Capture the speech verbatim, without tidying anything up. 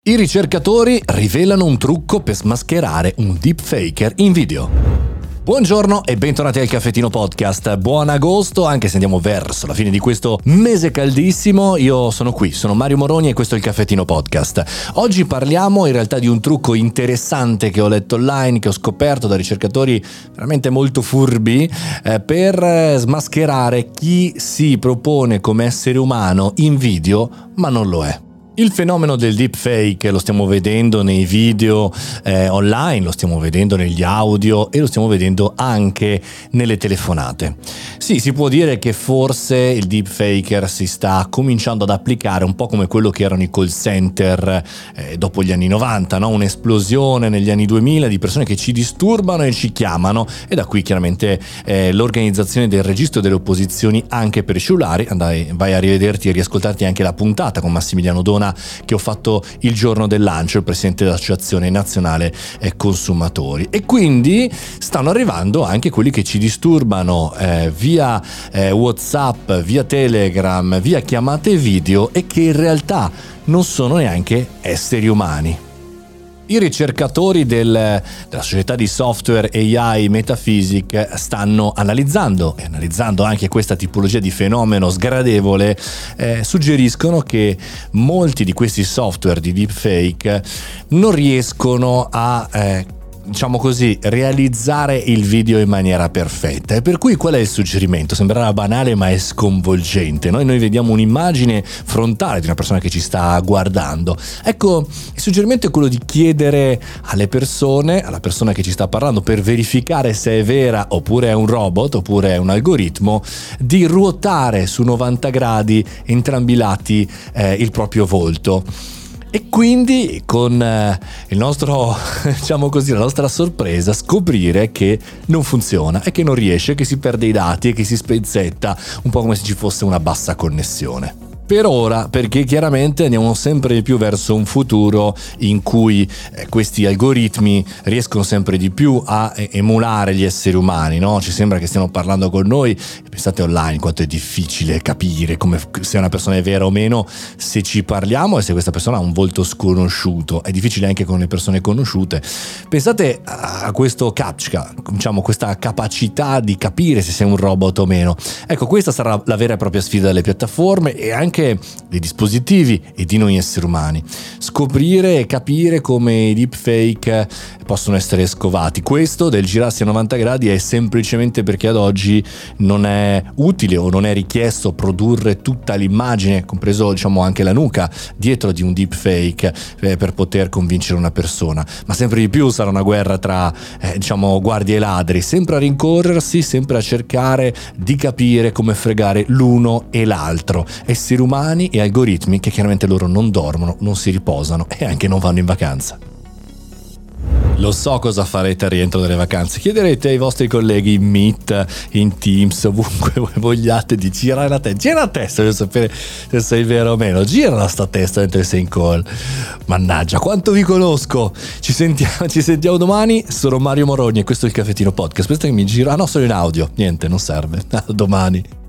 I ricercatori rivelano un trucco per smascherare un deepfaker in video. Buongiorno e bentornati al Caffettino Podcast. Buon agosto, anche se andiamo verso la fine di questo mese caldissimo. Io sono qui, sono Mario Moroni e questo è il Caffettino Podcast. Oggi parliamo in realtà di un trucco interessante che ho letto online, che ho scoperto da ricercatori veramente molto furbi, eh, per smascherare chi si propone come essere umano in video ma non lo è. Il fenomeno del deepfake lo stiamo vedendo nei video eh, online, lo stiamo vedendo negli audio e lo stiamo vedendo anche nelle telefonate. Sì, si può dire che forse il deepfaker si sta cominciando ad applicare un po' come quello che erano i call center eh, dopo gli anni novanta, no? Un'esplosione negli anni duemila di persone che ci disturbano e ci chiamano, e da qui chiaramente eh, l'organizzazione del registro delle opposizioni anche per i cellulari. Andai, vai a rivederti e riascoltarti anche la puntata con Massimiliano Dona che ho fatto il giorno del lancio, il presidente dell'Associazione Nazionale Consumatori. E quindi stanno arrivando anche quelli che ci disturbano eh, via eh, WhatsApp, via Telegram, via chiamate video, e che in realtà non sono neanche esseri umani. I ricercatori del, della società di software A I Metaphysic stanno analizzando e analizzando anche questa tipologia di fenomeno sgradevole. Eh, suggeriscono che molti di questi software di deepfake non riescono a eh, diciamo così, realizzare il video in maniera perfetta. E per cui qual è il suggerimento? Sembrerà banale ma è sconvolgente. Noi, noi vediamo un'immagine frontale di una persona che ci sta guardando. Ecco, il suggerimento è quello di chiedere alle persone, alla persona che ci sta parlando, per verificare se è vera oppure è un robot oppure è un algoritmo, di ruotare su novanta gradi entrambi i lati eh, il proprio volto. E quindi con eh, il nostro, diciamo così, la nostra sorpresa, scoprire che non funziona e che non riesce, che si perde i dati e che si spezzetta, un po' come se ci fosse una bassa connessione. Per ora, perché chiaramente andiamo sempre di più verso un futuro in cui eh, questi algoritmi riescono sempre di più a eh, emulare gli esseri umani, no? Ci sembra che stiano parlando con noi. Pensate online quanto è difficile capire come, se una persona è vera o meno se ci parliamo e se questa persona ha un volto sconosciuto. È difficile anche con le persone conosciute. Pensate a questo captcha, diciamo questa capacità di capire se sei un robot o meno. Ecco, questa sarà la vera e propria sfida delle piattaforme e anche dei dispositivi e di noi esseri umani. Scoprire e capire come i deepfake possono essere scovati. Questo del girarsi a novanta gradi è semplicemente perché ad oggi non è utile o non è richiesto produrre tutta l'immagine, compreso diciamo anche la nuca, dietro di un deepfake eh, per poter convincere una persona. Ma sempre di più sarà una guerra tra eh, diciamo guardie e ladri, sempre a rincorrersi, sempre a cercare di capire come fregare l'uno e l'altro. Esseri umani umani e algoritmi che chiaramente loro non dormono, non si riposano e anche non vanno in vacanza. Lo so cosa farete al rientro delle vacanze. Chiederete ai vostri colleghi in Meet, in Teams, ovunque voi vogliate, di girare la testa. Gira la testa per sapere se sei vero o meno. Gira la sta testa mentre sei in call. Mannaggia, quanto vi conosco. Ci sentiamo, ci sentiamo domani. Sono Mario Moroni e questo è il Caffettino Podcast. Aspetta che mi giro. Ah no, sono in audio. Niente, non serve. A domani.